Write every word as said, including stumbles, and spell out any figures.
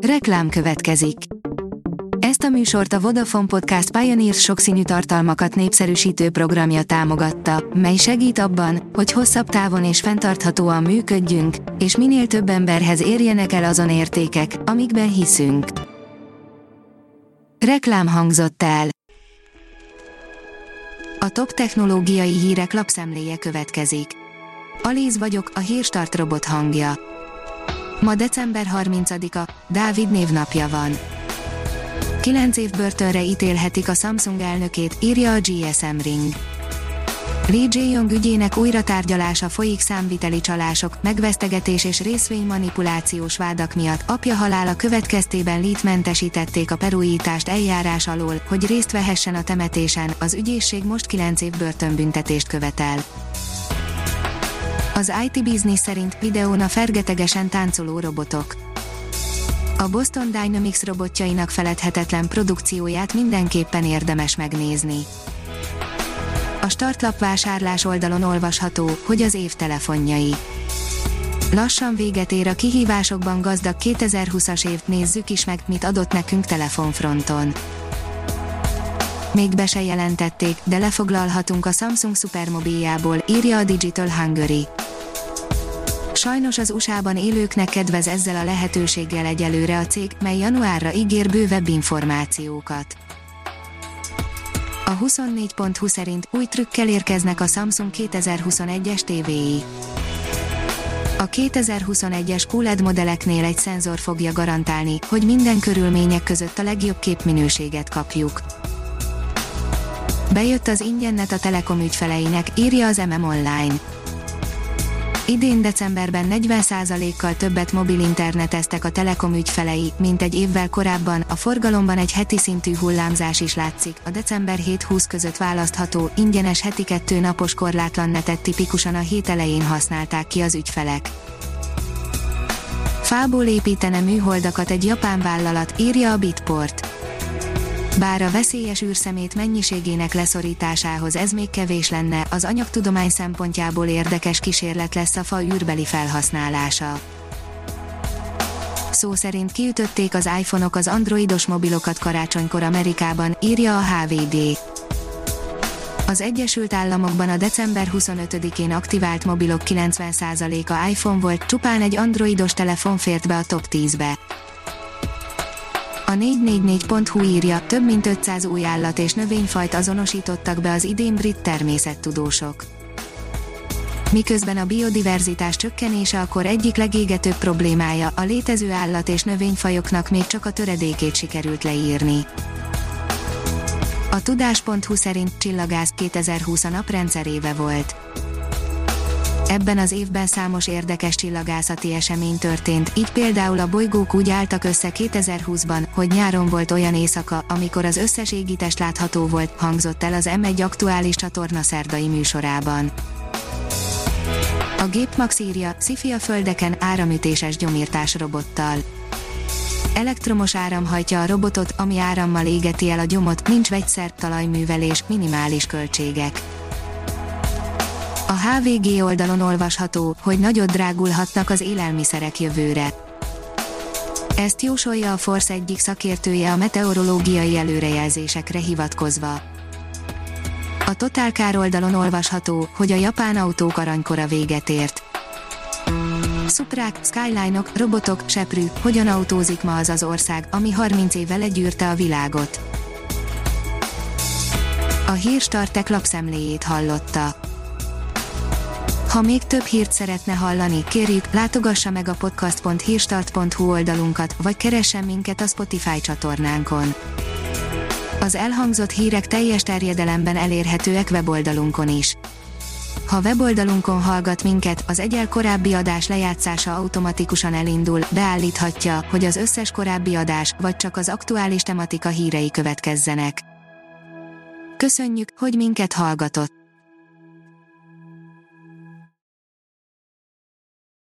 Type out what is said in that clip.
Reklám következik. Ezt a műsort a Vodafone Podcast Pioneers sokszínű tartalmakat népszerűsítő programja támogatta, mely segít abban, hogy hosszabb távon és fenntarthatóan működjünk, és minél több emberhez érjenek el azon értékek, amikben hiszünk. Reklám hangzott el. A top technológiai hírek lapszemléje következik. Alíz vagyok, a Hírstart robot hangja. Ma december harmincadika, Dávid névnapja van. Kilenc év börtönre ítélhetik a Samsung elnökét, írja a gé es em Ring. Lee Jae-yong ügyének újratárgyalása folyik számviteli csalások, megvesztegetés és részvénymanipulációs vádak miatt. Apja halála következtében Lee-t mentesítették a perújítást eljárás alól, hogy részt vehessen a temetésen. Az ügyészség most kilenc év börtönbüntetést követel. Az i té Business szerint videón a fergetegesen táncoló robotok. A Boston Dynamics robotjainak feledhetetlen produkcióját mindenképpen érdemes megnézni. A startlap vásárlás oldalon olvasható, hogy az év telefonjai. Lassan véget ér a kihívásokban gazdag kétezer-húszas év, nézzük is meg, mit adott nekünk telefonfronton. Még be se jelentették, de lefoglalhatunk a Samsung szupermobiljából, írja a Digital Hungary. Sajnos az u es á-ban élőknek kedvez ezzel a lehetőséggel egyelőre a cég, mely januárra ígér bővebb információkat. A huszonnégy pont hu szerint új trükkel érkeznek a Samsung kétezer-huszonegyes tévéi. A kétezer-huszonegyes kú el é dé modelleknél egy szenzor fogja garantálni, hogy minden körülmények között a legjobb képminőséget kapjuk. Bejött az ingyennet a Telekom ügyfeleinek, írja az em em Online. Idén decemberben negyven százalékkal többet mobil interneteztek a Telekom ügyfelei, mint egy évvel korábban. A forgalomban egy heti szintű hullámzás is látszik. A december hét-húsz között választható, ingyenes heti kettő napos korlátlan netet tipikusan a hét elején használták ki az ügyfelek. Fából építene műholdakat egy japán vállalat, írja a Bitport. Bár a veszélyes űrszemét mennyiségének leszorításához ez még kevés lenne, az anyagtudomány szempontjából érdekes kísérlet lesz a fa űrbeli felhasználása. Szó szerint kiütötték az iPhone-ok az androidos mobilokat karácsonykor Amerikában, írja a há vé gé. Az Egyesült Államokban a december huszonötödikén aktivált mobilok kilencven százaléka iPhone volt, csupán egy androidos telefon fért be a top tízbe. A négy négy négy pont hu írja, több mint ötszáz új állat- és növényfajt azonosítottak be az idén brit természettudósok. Miközben a biodiverzitás csökkenése a kor egyik legégetőbb problémája, a létező állat- és növényfajoknak még csak a töredékét sikerült leírni. A tudás pont hu szerint Csillagász kétezer-húsz a naprendszer éve volt. Ebben az évben számos érdekes csillagászati esemény történt, így például a bolygók úgy álltak össze kétezer-húszban, hogy nyáron volt olyan éjszaka, amikor az összes égitest látható volt, hangzott el az em egy aktuális csatorna szerdai műsorában. A Gépmax írja, sci-fi a földeken, áramütéses gyomírtás robottal. Elektromos áram hajtja a robotot, ami árammal égeti el a gyomot, nincs vegyszer, talajművelés, minimális költségek. A há vé gé oldalon olvasható, hogy nagyot drágulhatnak az élelmiszerek jövőre. Ezt jósolja a Force egyik szakértője a meteorológiai előrejelzésekre hivatkozva. A Total Car oldalon olvasható, hogy a japán autók aranykora véget ért. Szuprák, Skyline-ok, robotok, seprű, hogyan autózik ma az az ország, ami harminc évvel legyűrte a világot. A Hírstartek lapszemléjét hallotta. Ha még több hírt szeretne hallani, kérjük, látogassa meg a podcast pont hírstart pont hu oldalunkat, vagy keressen minket a Spotify csatornánkon. Az elhangzott hírek teljes terjedelemben elérhetőek weboldalunkon is. Ha weboldalunkon hallgat minket, az egyel korábbi adás lejátszása automatikusan elindul, beállíthatja, hogy az összes korábbi adás, vagy csak az aktuális tematika hírei következzenek. Köszönjük, hogy minket hallgatott!